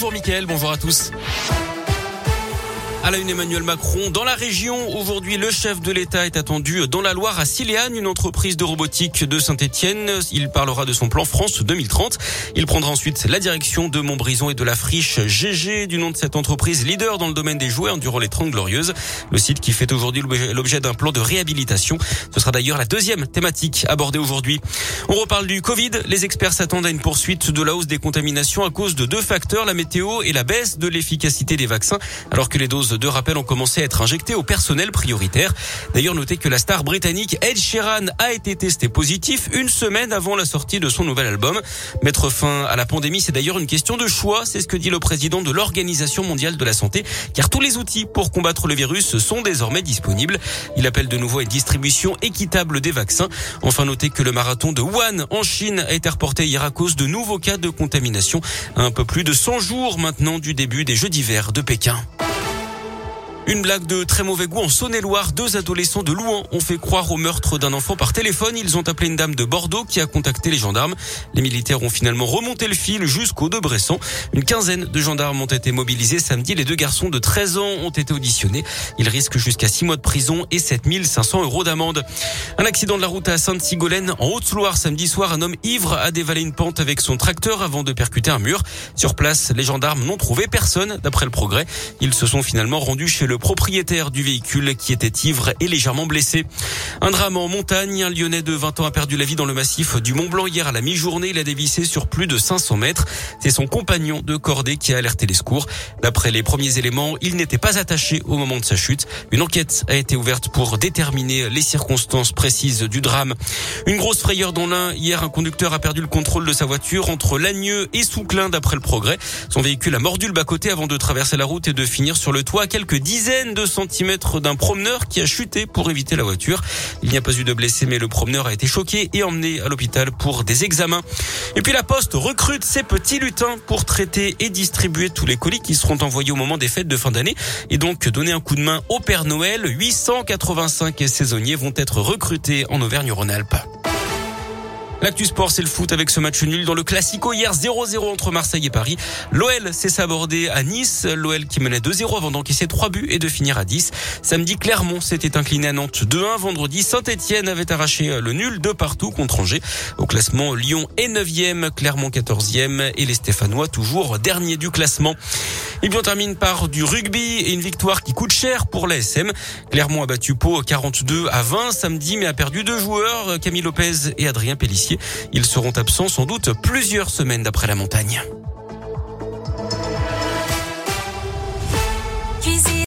Bonjour Mickaël, bonjour à tous. À la une, Emmanuel Macron. Dans la région, aujourd'hui, le chef de l'État est attendu dans la Loire à Siléane, une entreprise de robotique de Saint-Etienne. Il parlera de son plan France 2030. Il prendra ensuite la direction de Montbrison et de la friche GG, du nom de cette entreprise leader dans le domaine des jouets durant les 30 Glorieuses. Le site qui fait aujourd'hui l'objet d'un plan de réhabilitation. Ce sera d'ailleurs la deuxième thématique abordée aujourd'hui. On reparle du Covid. Les experts s'attendent à une poursuite de la hausse des contaminations à cause de deux facteurs, la météo et la baisse de l'efficacité des vaccins, alors que les doses de rappel ont commencé à être injectés au personnel prioritaire. D'ailleurs, notez que la star britannique Ed Sheeran a été testé positif une semaine avant la sortie de son nouvel album. Mettre fin à la pandémie, c'est d'ailleurs une question de choix. C'est ce que dit le président de l'Organisation mondiale de la santé, car tous les outils pour combattre le virus sont désormais disponibles. Il appelle de nouveau à une distribution équitable des vaccins. Enfin, notez que le marathon de Wuhan en Chine a été reporté hier à cause de nouveaux cas de contamination. Un peu plus de 100 jours maintenant du début des Jeux d'hiver de Pékin. Une blague de très mauvais goût en Saône-et-Loire. Deux adolescents de Louhans ont fait croire au meurtre d'un enfant par téléphone. Ils ont appelé une dame de Bordeaux qui a contacté les gendarmes. Les militaires ont finalement remonté le fil jusqu'au de Bressan. Une quinzaine de gendarmes ont été mobilisés samedi. Les deux garçons de 13 ans ont été auditionnés. Ils risquent jusqu'à 6 mois de prison et 7 500 € d'amende. Un accident de la route à Sainte-Sigolène en Haute-Loire. Samedi soir, un homme ivre a dévalé une pente avec son tracteur avant de percuter un mur. Sur place, les gendarmes n'ont trouvé personne d'après le Progrès. Ils se sont finalement rendus chez le propriétaire du véhicule qui était ivre et légèrement blessé. Un drame en montagne. Un Lyonnais de 20 ans a perdu la vie dans le massif du Mont-Blanc hier à la mi-journée. Il a dévissé sur plus de 500 mètres. C'est son compagnon de cordée qui a alerté les secours. D'après les premiers éléments, il n'était pas attaché au moment de sa chute. Une enquête a été ouverte pour déterminer les circonstances précises du drame. Une grosse frayeur dans l'Ain. Hier, un conducteur a perdu le contrôle de sa voiture entre Lagneux et Souclin d'après le Progrès. Son véhicule a mordu le bas-côté avant de traverser la route et de finir sur le toit à quelques dizaines de centimètres d'un promeneur qui a chuté pour éviter la voiture. Il n'y a pas eu de blessés, mais le promeneur a été choqué et emmené à l'hôpital pour des examens. Et puis la Poste recrute ses petits lutins pour traiter et distribuer tous les colis qui seront envoyés au moment des fêtes de fin d'année et donc donner un coup de main au Père Noël. 885 saisonniers vont être recrutés en Auvergne-Rhône-Alpes. L'actu sport, c'est le foot avec ce match nul dans le Classico hier 0-0 entre Marseille et Paris. L'OL s'est sabordé à Nice. L'OL qui menait 2-0 avant d'encaisser 3 buts et de finir à 10. Samedi, Clermont s'était incliné à Nantes 2-1. Vendredi, Saint-Etienne avait arraché le nul de partout contre Angers. Au classement, Lyon est 9e, Clermont 14e et les Stéphanois toujours dernier du classement. Et puis on termine par du rugby et une victoire qui coûte cher pour l'ASM. Clermont a battu Pau 42-20 samedi mais a perdu 2 joueurs, Camille Lopez et Adrien Pellissier. Ils seront absents sans doute plusieurs semaines d'après la montagne.